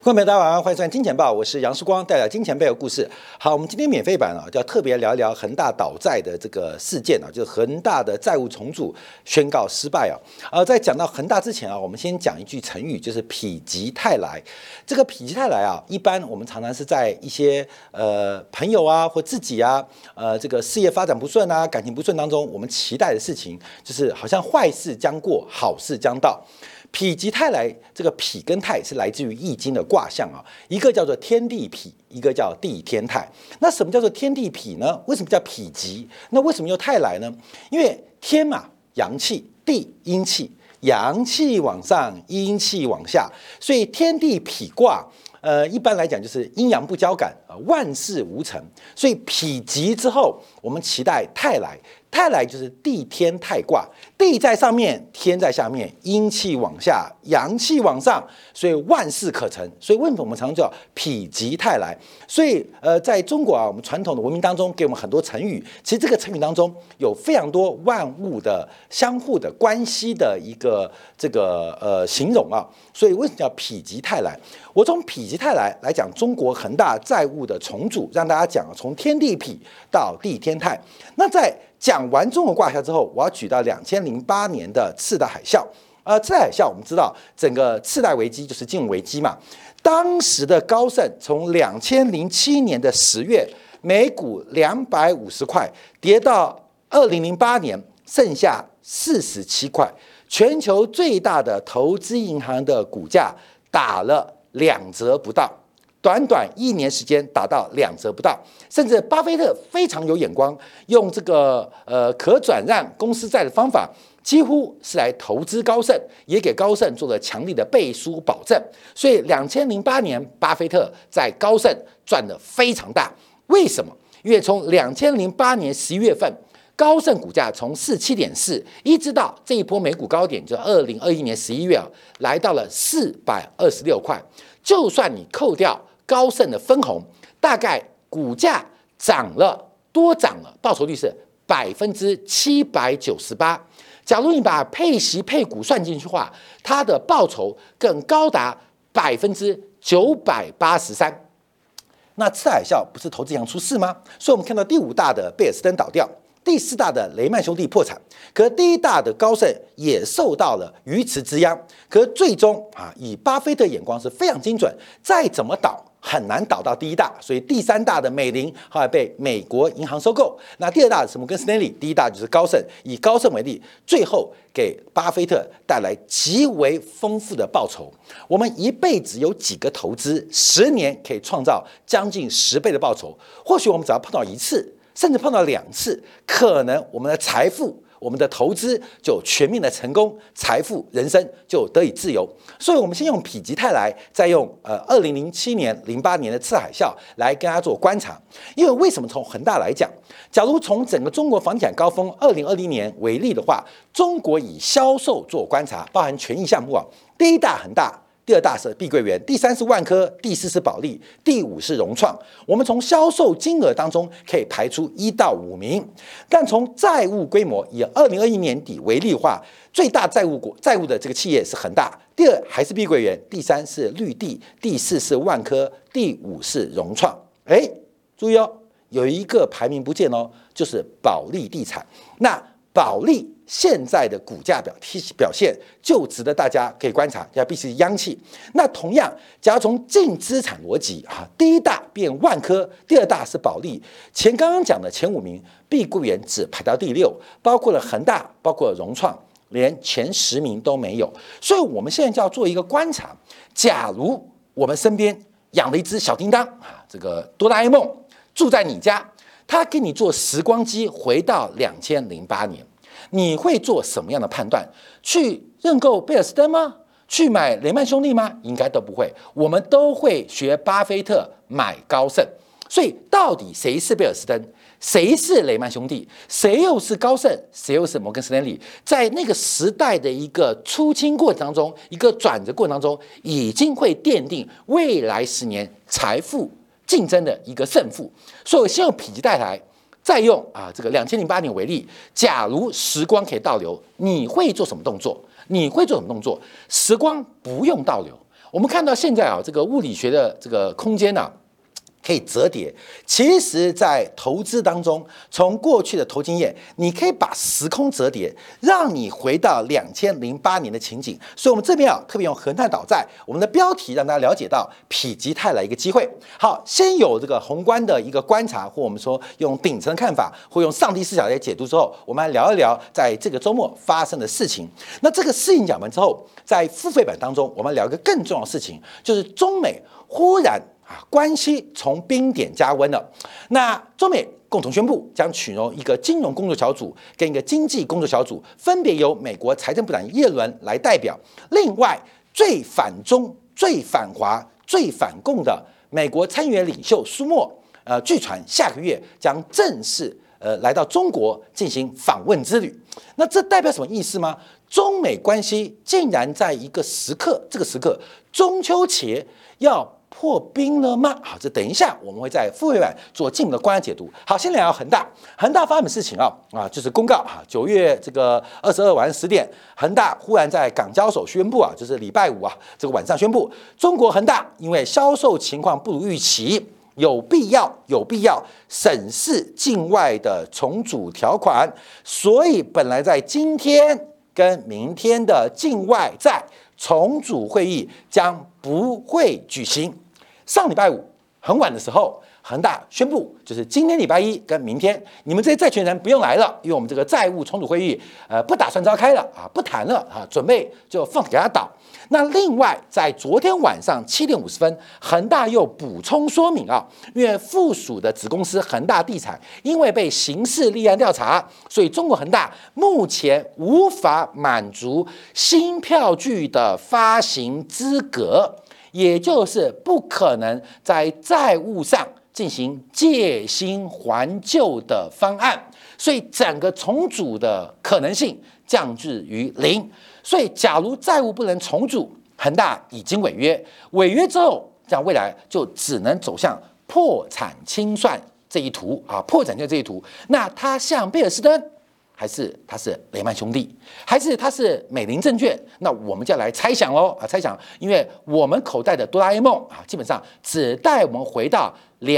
观众朋友大家晚上欢迎收看《金钱报》，我是杨世光，带来金钱背后故事。好，我们今天免费版就要特别聊一聊恒大倒债的这个事件就是恒大的债务重组宣告失败在讲到恒大之前我们先讲一句成语，就是否极泰来。这个否极泰来一般我们常常是在一些朋友或自己这个事业发展不顺感情不顺当中，我们期待的事情就是好像坏事将过，好事将到。否极泰来，这个否跟泰是来自于易经的卦象一个叫做天地否，一个叫地天泰。那什么叫做天地否呢？为什么叫否极？那为什么又泰来呢？因为天嘛，阳气；地阴气，阳气往上，阴气往下，所以天地否卦。一般来讲就是阴阳不交感万事无成。所以否极之后，我们期待泰来。泰来就是地天泰卦，地在上面，天在下面，阴气往下，阳气往上，所以万事可成。所以为什么我们常叫否极泰来？所以在中国我们传统的文明当中，给我们很多成语。其实这个成语当中有非常多万物的相互的关系的一个形容所以为什么叫否极泰来？我从否极泰来讲中国恒大债务的重组，让大家讲从天地否到地天泰。那在讲完中国卦象之后，我要举到2008年的次贷海啸。次贷海啸我们知道，整个次贷危机就是金融危机嘛。当时的高盛从2007年的10月，每股250块，跌到2008年剩下47块，全球最大的投资银行的股价打了2折不到。短短1年时间达到2折不到，甚至巴菲特非常有眼光，用这个可转让公司债的方法，几乎是来投资高盛，也给高盛做了强力的背书保证。所以2008年，巴菲特在高盛赚得非常大。为什么？因为从2008年11月份，高盛股价从47.4一直到这一波美股高点，就2021年11月来到了426块。就算你扣掉高盛的分红，大概股价多涨了，报酬率是798%。假如你把配息配股算进去的话，它的报酬更高达983%。那次贷海啸不是投资银行出事吗？所以我们看到第5大的贝尔斯登倒掉，第4大的雷曼兄弟破产，可是第1大的高盛也受到了鱼池之殃。可是最终以巴菲特眼光是非常精准，再怎么倒很难倒到第1大，所以第3大的美林后来被美国银行收购。那第2大是摩根士丹利，第1大就是高盛。以高盛为例，最后给巴菲特带来极为丰富的报酬。我们一辈子有几个投资，10年可以创造将近10倍的报酬。或许我们只要碰到1次，甚至碰到2次，可能我们的财富、我们的投资就全面的成功，财富、人生就得以自由。所以，我们先用否极泰来，再用2007年、08年的次海啸来跟大家做观察。因为为什么从恒大来讲，假如从整个中国房地产高峰2020年为例的话，中国以销售做观察，包含权益项目第1大恒大。第2大是碧桂园，第3是万科，第4是保利，第5是融创。我们从销售金额当中可以排出1到5名，但从债务规模，以2021年底为例的话，最大债务的这个企业是恒大，第2还是碧桂园，第3是绿地，第4是万科，第5是融创。注意有一个排名不见就是保利地产。那保利现在的股价表现就值得大家可以观察，要必须央企。那同样，假如从净资产逻辑第1大变万科，第2大是保利。刚刚讲的前5名，碧桂园只排到第6，包括了恒大，包括了融创，连前10名都没有。所以我们现在就要做一个观察：假如我们身边养了一只小叮当这个哆啦 A 梦住在你家，他给你做时光机回到2008年。你会做什么样的判断？去认购贝尔斯登吗？去买雷曼兄弟吗？应该都不会。我们都会学巴菲特买高盛。所以，到底谁是贝尔斯登？谁是雷曼兄弟？谁又是高盛？谁又是摩根士丹利？在那个时代的一个出清过程当中，一个转折过程当中，已经会奠定未来10年财富竞争的一个胜负。所以，我先用否极泰来。再用这个2008年为例，假如时光可以倒流，你会做什么动作？时光不用倒流， 我们看到现在这个物理学的这个空间可以折叠。其实，在投资当中，从过去的投经验，你可以把时空折叠，让你回到2008年的情景。所以，我们这边特别用恒泰岛债我们的标题，让大家了解到否极泰来一个机会。好，先有这个宏观的一个观察，或我们说用顶层的看法，或用上帝视角来解读之后，我们来聊一聊在这个周末发生的事情。那这个事情讲完之后，在付费版当中，我们聊一个更重要的事情，就是中美忽然关系从冰点加温了。那中美共同宣布将启用一个金融工作小组跟一个经济工作小组，分别由美国财政部长耶伦来代表。另外，最反中、最反华、最反共的美国参议员领袖苏默，据传下个月将正式来到中国进行访问之旅。那这代表什么意思吗？中美关系竟然在一个时刻，这个时刻中秋节要破冰了吗？好，这等一下我们会在付费版做进一步的观察解读。好，先聊恒大。恒大发生的事情就是公告9月这个22晚10点，恒大忽然在港交所宣布就是礼拜五这个晚上宣布，中国恒大因为销售情况不如预期，有必要审视境外的重组条款，所以本来在今天跟明天的境外债重组会议将不会举行。上礼拜五很晚的时候，恒大宣布，就是今天礼拜一跟明天，你们这些债权人不用来了，因为我们这个债务重组会议不打算召开了不谈了准备就放给他倒。那另外，在昨天晚上7点50分，恒大又补充说明因为附属的子公司恒大地产因为被刑事立案调查，所以中国恒大目前无法满足新票据的发行资格，也就是不可能在债务上进行借新还旧的方案，所以整个重组的可能性降至于0。所以，假如债务不能重组，恒大已经违约，违约之后，这样未来就只能走向破产清算这一途破产清算这一途。那他像贝尔斯登，还是他是雷曼兄弟，还是他是美林证券？那我们就要来猜想喽猜想，因为我们口袋的哆啦 A 梦基本上只带我们回到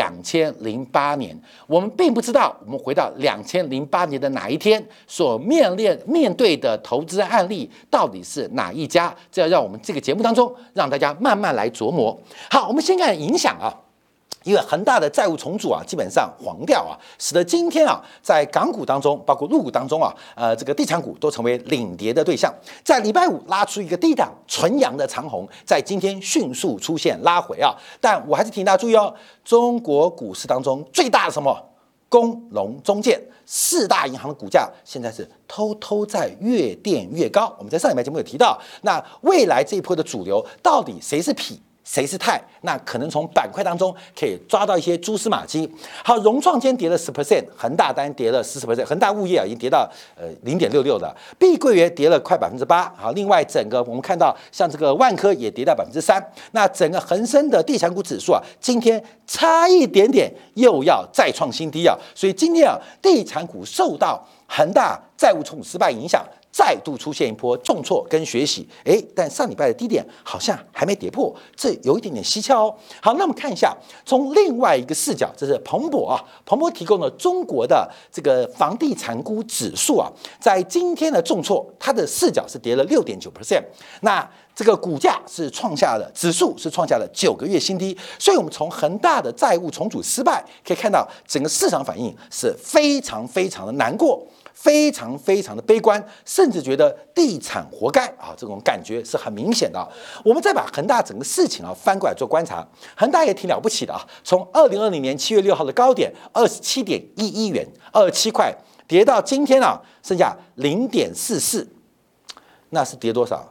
2008年，我们并不知道我们回到2008年的哪一天所面对的投资案例到底是哪一家，这要让我们这个节目当中让大家慢慢来琢磨。好，我们先看影响因为恒大的债务重组基本上黄掉使得今天在港股当中，包括陆股当中这个地产股都成为领跌的对象。在礼拜五拉出一个低档纯阳的长红，在今天迅速出现拉回但我还是提大家注意中国股市当中最大的什么？工农中建4大银行的股价现在是偷偷在越垫越高。我们在上礼拜节目有提到，那未来这一波的主流到底谁是痞？谁是泰？那可能从板块当中可以抓到一些蛛丝马迹。好，融创今天跌了10%，恒大单跌了40%，恒大物业已经跌到0.66了，碧桂园跌了快8%。好，另外整个我们看到像这个万科也跌到3%。那整个恒生的地产股指数今天差一点点又要再创新低所以今天地产股受到恒大债务重组失败影响，再度出现一波重挫跟学习，但上礼拜的低点好像还没跌破，这有一点点蹊跷好，那我们看一下，从另外一个视角，这是彭博彭博提供了中国的这个房地产股指数在今天的重挫，它的视角是跌了6.9%，那这个股价是创下了指数是创下了9个月新低，所以我们从恒大的债务重组失败可以看到，整个市场反应是非常非常的难过。非常非常的悲观，甚至觉得地产活该这种感觉是很明显的我们再把恒大整个事情翻过来做观察，恒大也挺了不起的从2020年7月6号的高点27.11元，27块，跌到今天剩下0.44，那是跌多少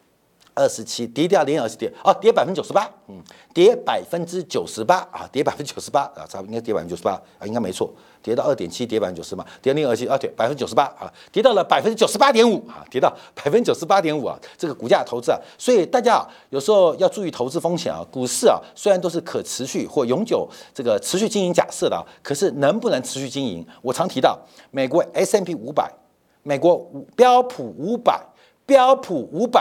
？27跌掉0.20跌跌98%，跌98%跌98%差不多应该跌98%应该没错，跌到2.7跌98%嘛，跌0.27对98%跌到了98.5%跌到98.5%这个股价投资所以大家有时候要注意投资风险股市虽然都是可持续或永久这个持续经营假设的可是能不能持续经营？我常提到美国 S&P 500，美国标普500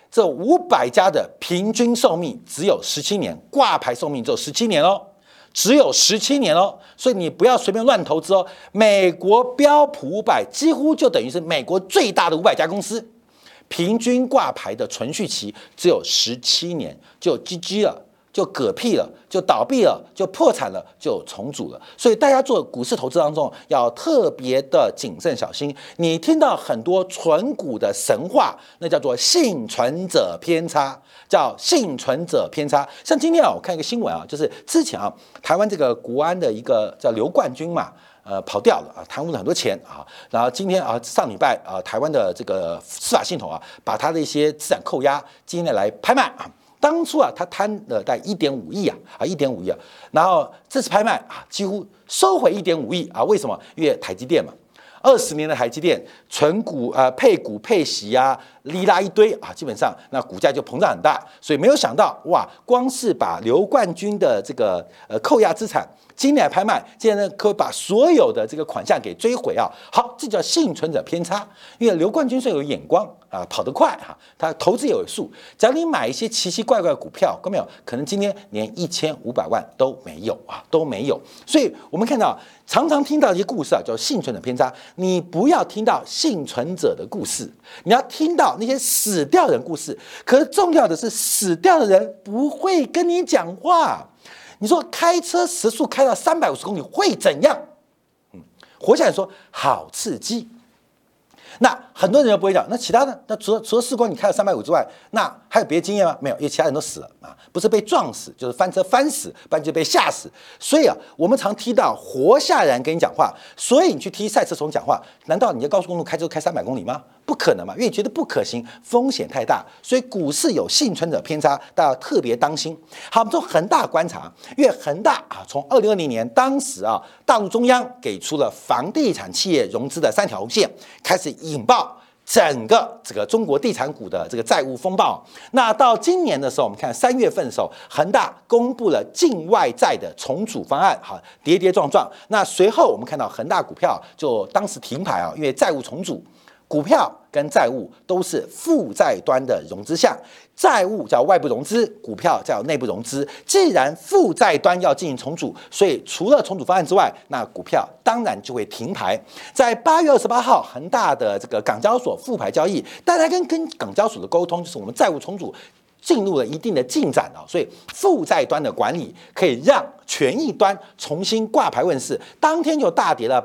这500家的平均寿命只有17年，挂牌寿命只有17年哦，只有17年哦，所以你不要随便乱投资哦。美国标普500几乎就等于是美国最大的500家公司，平均挂牌的存续期只有17年，就 GG 了。就嗝屁了，就倒闭了，就破产了，就重组了。所以大家做股市投资当中要特别的谨慎小心。你听到很多存股的神话，那叫做幸存者偏差，叫幸存者偏差。像今天我看一个新闻就是之前台湾这个国安的一个叫刘冠军嘛。跑掉了贪污了很多钱然后今天上礼拜台湾的这个司法系统把他的一些资产扣押，今天来拍卖当初他贪了大概1.5亿1.5亿然后这次拍卖几乎收回1.5亿为什么？因为台积电嘛，20年的台积电存股配股配息利拉一堆基本上那股价就膨胀很大，所以没有想到哇，光是把刘冠军的这个扣押资产今年拍卖，竟然呢可以把所有的这个款项给追回好，这叫幸存者偏差。因为刘冠军是有眼光跑得快他投资也有数。只要你买一些奇奇怪怪的股票，有没有可能今天连1500万都没有都没有？所以我们看到常常听到一些故事叫幸存者偏差。你不要听到幸存者的故事，你要听到那些死掉的人故事。可是重要的是，死掉的人不会跟你讲话。你说开车时速开到350公里会怎样？活下来说好刺激。那很多人就不会讲，那其他的，那除了事故你开了350之外，那还有别的经验吗？没有，因为其他人都死了不是被撞死，就是翻车翻死，不然就被吓死。所以我们常提到活下来人跟你讲话，所以你去踢赛车手讲话，难道你在高速公路开车开300公里吗？不可能嘛，因为觉得不可行，风险太大，所以股市有幸存者偏差，大家要特别当心。好，我们从恒大观察，因为恒大从2020年当时大陆中央给出了房地产企业融资的3条线，开始引爆整个这个中国地产股的这个债务风暴。那到今年的时候，我们看3月份的时候，恒大公布了境外债的重组方案，跌跌撞撞。那随后我们看到恒大股票就当时停牌因为债务重组。股票跟债务都是负债端的融资项，债务叫外部融资，股票叫内部融资。既然负债端要进行重组，所以除了重组方案之外，那股票当然就会停牌。在8月28号，恒大的这个港交所复牌交易，大家跟港交所的沟通就是我们债务重组进入了一定的进展所以负债端的管理可以让权益端重新挂牌问世，当天就大跌了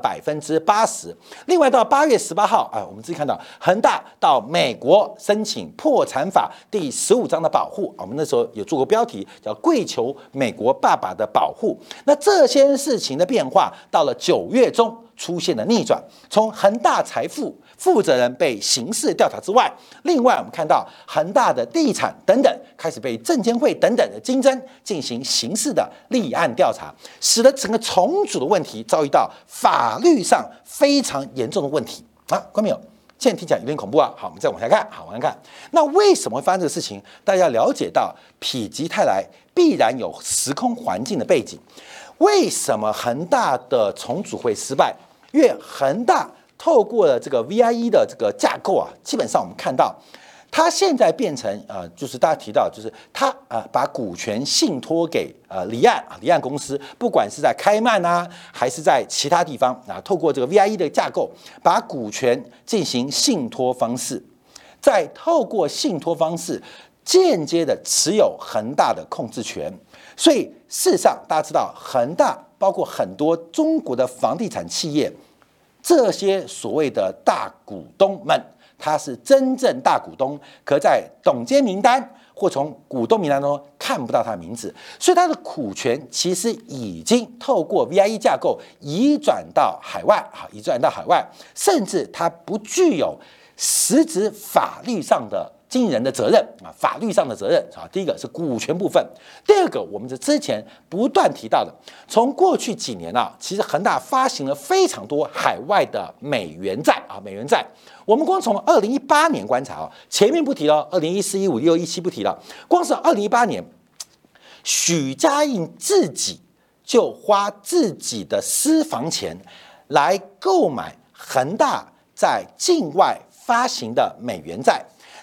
80%。另外到8月18号我们自己看到恒大到美国申请破产法第15章的保护，我们那时候有做过标题叫跪求美国爸爸的保护。那这些事情的变化到了9月中出现了逆转，从恒大财富负责人被刑事调查之外，另外我们看到恒大的地产等等开始被证监会等等的金侦进行刑事的立案调查，使得整个重组的问题遭遇到法律上非常严重的问题观众朋友，现在听起来有点恐怖好，我们再往下看，往下看。那为什么会发生这个事情？大家要了解到否极泰来必然有时空环境的背景。为什么恒大的重组会失败？因为恒大透过了这个 VIE 的这个架构基本上我们看到，它现在变成就是大家提到，就是它把股权信托给离岸公司，不管是在开曼还是在其他地方透过这个 VIE 的架构，把股权进行信托方式，再透过信托方式间接的持有恒大的控制权。所以事实上，大家知道恒大包括很多中国的房地产企业，这些所谓的大股东们，他是真正大股东，可在董监名单或从股东名单中看不到他的名字，所以他的股权其实已经透过 VIE 架构移转到海外，甚至他不具有实质法律上的经营人的责任法律上的责任第一个是股权部分，第二个我们是之前不断提到的，从过去几年其实恒大发行了非常多海外的美元债我们光从2018年观察前面不提了，2014、15、16、17不提了，光是2018年，许家印自己就花自己的私房钱来购买恒大在境外发行的美元债。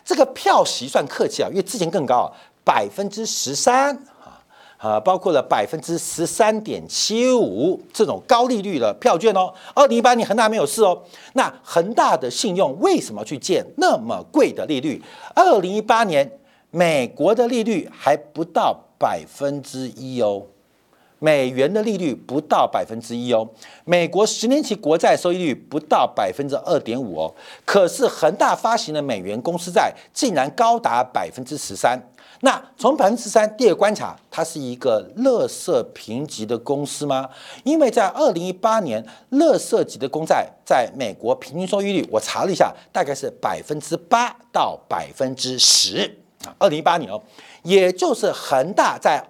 这个票息算客气啊，因为之前更高啊，13%包括了13.75%这种高利率的票券哦。2018年恒大没有事哦。那恒大的信用为什么去借那么贵的利率？2018年美国的利率还不到1%哦。美元的利率不到1%哦，美国10年期国债收益率不到2.5%哦，可是恒大发行的美元公司债竟然高达13%。那从13%，第二个观察，它是一个垃圾评级的公司吗？因为在2018年，垃圾级的公债在美国平均收益率，我查了一下，大概是8%到10%。2018年哦，也就是恒大在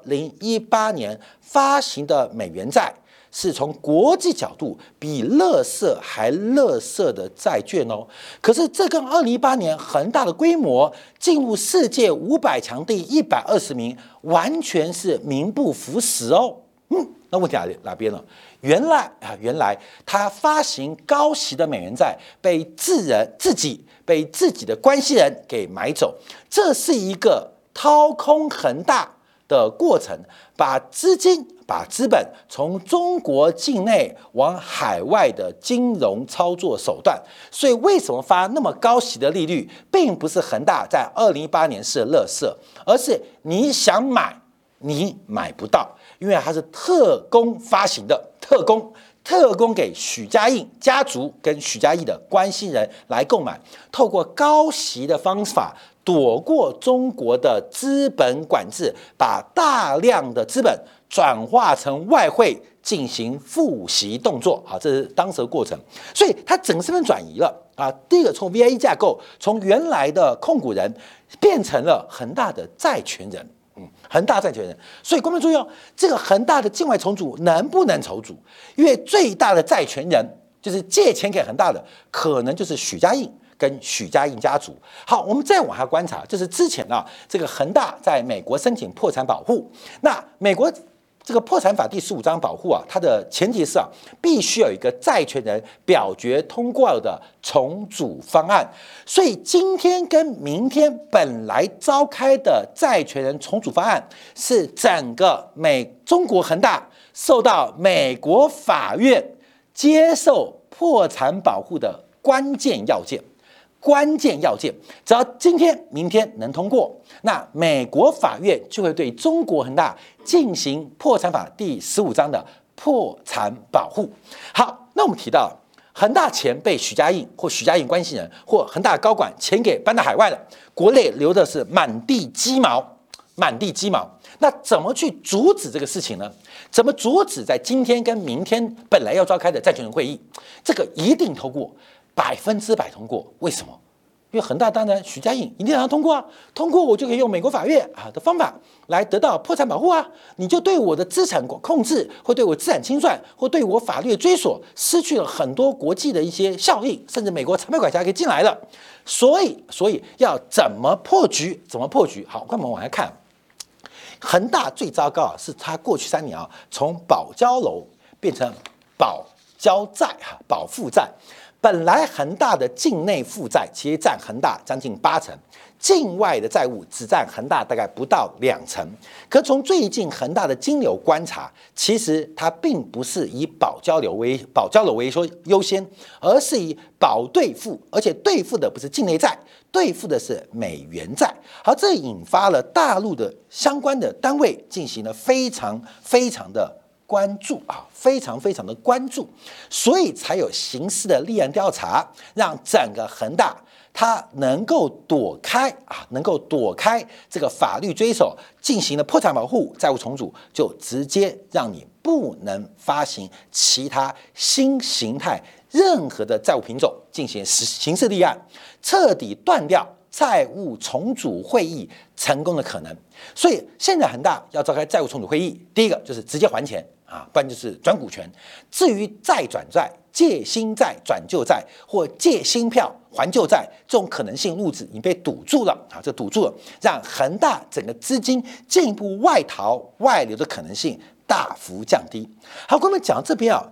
2018年发行的美元债，是从国际角度比垃圾还垃圾的债券哦。可是这跟2018年恒大的规模进入世界500强第120名，完全是名不符实哦。那问题哪边呢？原来他发行高息的美元债被自己的关系人给买走，这是一个掏空恒大的过程，把资本从中国境内往海外的金融操作手段。所以为什么发那么高息的利率，并不是恒大在2018年是垃圾，而是你想买你买不到，因为它是特供发行的，特供给许家印家族跟许家印的关系人来购买，透过高息的方法躲过中国的资本管制，把大量的资本转化成外汇进行付息动作。好，这是当时的过程，所以它整个身份转移了啊。第一个，从 VIE 架构，从原来的控股人变成了恒大的债权人。恒大债权人，所以观众注意哦，这个恒大的境外重组能不能筹组？因为最大的债权人就是借钱给恒大的，可能就是许家印跟许家印家族。好，我们再往下观察，就是之前这个恒大在美国申请破产保护，那美国这个破产法第15章保护它的前提是必须有一个债权人表决通过的重组方案。所以今天跟明天本来召开的债权人重组方案，是整个中国恒大受到美国法院接受破产保护的关键要件。只要今天、明天能通过，那美国法院就会对中国恒大进行破产法第15章的破产保护。好，那我们提到恒大钱被许家印或许家印关系人或恒大高管钱给搬到海外了，国内留的是满地鸡毛。那怎么去阻止这个事情呢？怎么阻止在今天跟明天本来要召开的债权人会议，这个一定通过？100%通过，为什么？因为恒大当然许家印一定让他通过啊，通过我就可以用美国法院的方法来得到破产保护啊，你就对我的资产控制，或对我资产清算，或对我法律的追索，失去了很多国际的一些效应，甚至美国财配管辖可以进来了。所以要怎么破局？好，我们往下看，恒大最糟糕是他过去3年从保交楼变成保交债保负债。本来恒大的境内负债其实占恒大将近80%，境外的债务只占恒大大概不到2%。可从最近恒大的金流观察，其实它并不是以保交楼为优先，而是以保兑付，而且兑付的不是境内债，兑付的是美元债。好，这引发了大陆的相关的单位进行了非常的关注非常的关注，所以才有刑事的立案调查，让整个恒大它能够躲开这个法律追手，进行了破产保护、债务重组，就直接让你不能发行其他新形态任何的债务品种进行刑事立案，彻底断掉债务重组会议成功的可能。所以现在恒大要召开债务重组会议，第一个就是直接还钱不然就是转股权。至于债转债、借新债转旧债或借新票还旧债，这种可能性路子已经被堵住了让恒大整个资金进一步外逃外流的可能性大幅降低。好，我们讲到这边更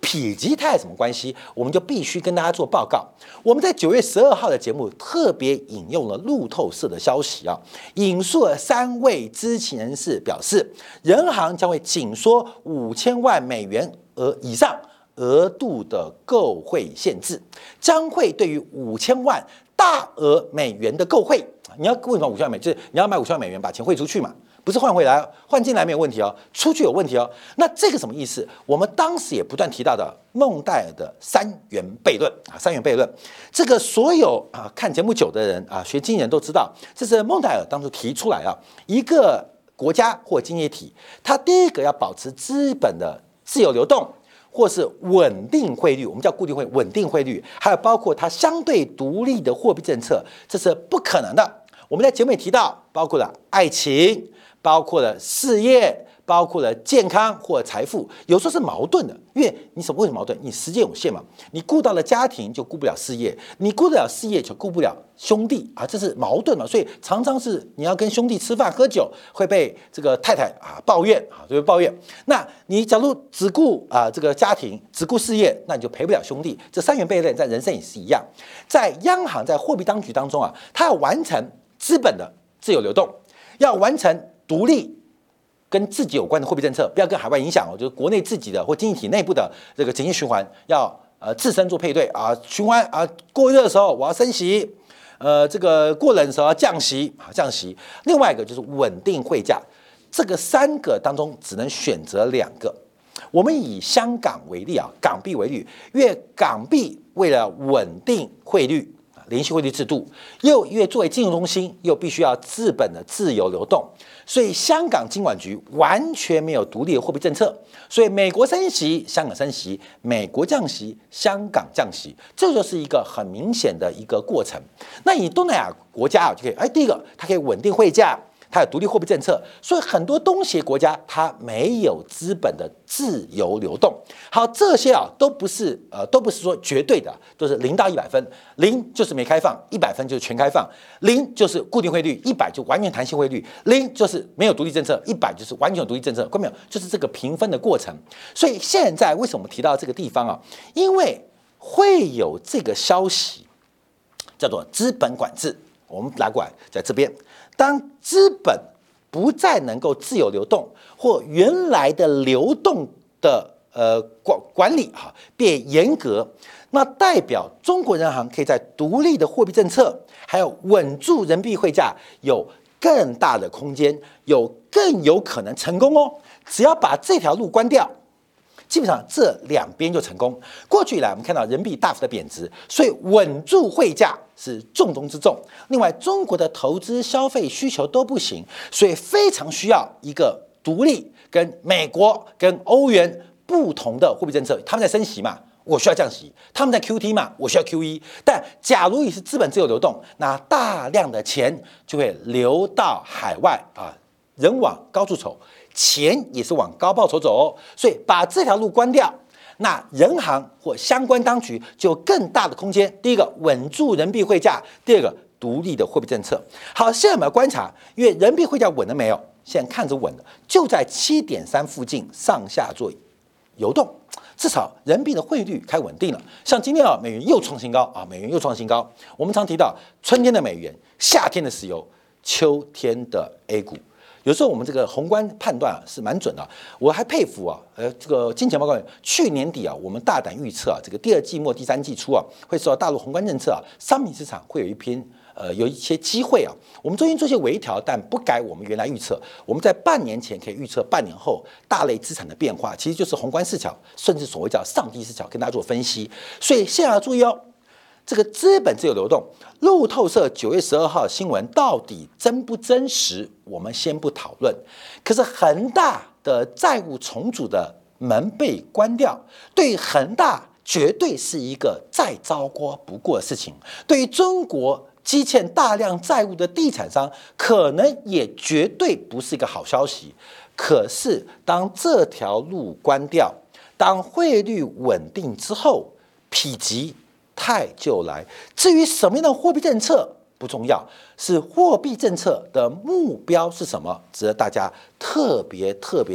否极泰什么关系？我们就必须跟大家做报告。我们在9月12号的节目特别引用了路透社的消息啊，引述了3位知情人士表示，人行将会紧缩5000万美元以上额度的购汇限制，将会对于5000万大额美元的购汇，你要为什么5000万美元？就是你要买5000万美元把钱汇出去嘛。不是换回来，换进来没有问题哦，出去有问题哦。那这个什么意思？我们当时也不断提到的孟戴尔的3元悖论啊，3元悖论，这个所有看节目久的人啊，学经济人都知道，这是孟戴尔当初提出来啊，一个国家或经济体，它第一个要保持资本的自由流动，或是稳定汇率，我们叫固定汇稳定汇率，还有包括它相对独立的货币政策，这是不可能的。我们在节目里提到，包括了爱情。包括了事业，包括了健康或财富，有时候是矛盾的，因为为什么矛盾？你时间有限嘛，你顾到了家庭就顾不了事业，你顾得了事业就顾不了兄弟啊，这是矛盾嘛，所以常常是你要跟兄弟吃饭喝酒，会被这个太太抱怨就会抱怨。那你假如只顾这个家庭，只顾事业，那你就陪不了兄弟。这3元悖论在人生也是一样，在央行在货币当局当中它要完成资本的自由流动，要完成独立跟自己有关的货币政策，不要跟海外影响就是国内自己的或经济体内部的这个经济循环要自身做配对循环过热的时候我要升息，这个过冷的时候要降息降息。另外一个就是稳定汇价，这个3个当中只能选择2个。我们以香港为例港币为例，因为港币为了稳定汇率。联系汇率制度，因为作为金融中心，又必须要资本的自由流动，所以香港金管局完全没有独立的货币政策。所以美国升息，香港升息；美国降息，香港降息，这就是一个很明显的一个过程。那以东南亚国家就可以，第一个它可以稳定汇价。它有独立货币政策，所以很多东协国家它没有资本的自由流动。好，这些都不是说绝对的，都是0到100分，0就是没开放，100分就是全开放，0就是固定汇率，100就完全弹性汇率，0就是没有独立政策，100就是完全有独立政策。看到没有？就是这个评分的过程。所以现在为什么我们提到这个地方因为会有这个消息，叫做资本管制。我们来过来，在这边。当资本不再能够自由流动，或原来的流动的管理变严格，那代表中国人行可以在独立的货币政策，还有稳住人民币汇价有更大的空间，更有可能成功哦。只要把这条路关掉，基本上这2边就成功。过去以来，我们看到人民币大幅的贬值，所以稳住汇价是重中之重。另外，中国的投资、消费需求都不行，所以非常需要一个独立跟美国、跟欧元不同的货币政策。他们在升息嘛，我需要降息；他们在 QT 嘛，我需要 QE。但假如你是资本自由流动，那大量的钱就会流到海外人往高处走，钱也是往高报酬走所以把这条路关掉，那人行或相关当局就有更大的空间。第一个，稳住人民币汇价；第二个，独立的货币政策。好，现在我们要观察，因为人民币汇价稳了没有？现在看着稳了，就在7.3附近上下做游动，至少人民币的汇率开稳定了。像今天美元又创新高美元又创新高。我们常提到春天的美元，夏天的石油，秋天的 A 股。有时候我们这个宏观判断是蛮准的，我还佩服这个金钱报告去年底我们大胆预测这个第2季末、第3季初会受到大陆宏观政策商品市场会有一些机会我们中间做些微调，但不改我们原来预测。我们在半年前可以预测半年后大类资产的变化，其实就是宏观视角，甚至所谓叫上帝视角，跟大家做分析。所以现在要注意这个资本自由流动，路透社9月12号的新闻到底真不真实？我们先不讨论。可是恒大的债务重组的门被关掉，对恒大绝对是一个再糟糕不过的事情。对于中国积欠大量债务的地产商，可能也绝对不是一个好消息。可是当这条路关掉，当汇率稳定之后，否极泰就来。至于什么样的货币政策不重要，是货币政策的目标是什么，值得大家特别的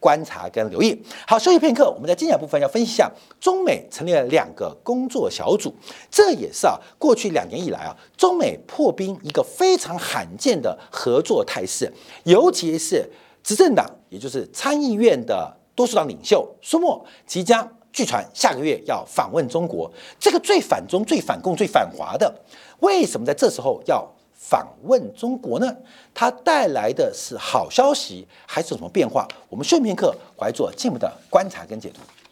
观察跟留意。好，休息片刻，我们在精讲部分要分析一下中美成立了2个工作小组，这也是过去2年以来中美破冰一个非常罕见的合作态势，尤其是执政党，也就是参议院的多数党领袖苏默即将据传下个月要访问中国，这个最反中、最反共、最反华的，为什么在这时候要访问中国呢？它带来的是好消息还是有什么变化？我们顺便课我来做进一步的观察跟解读。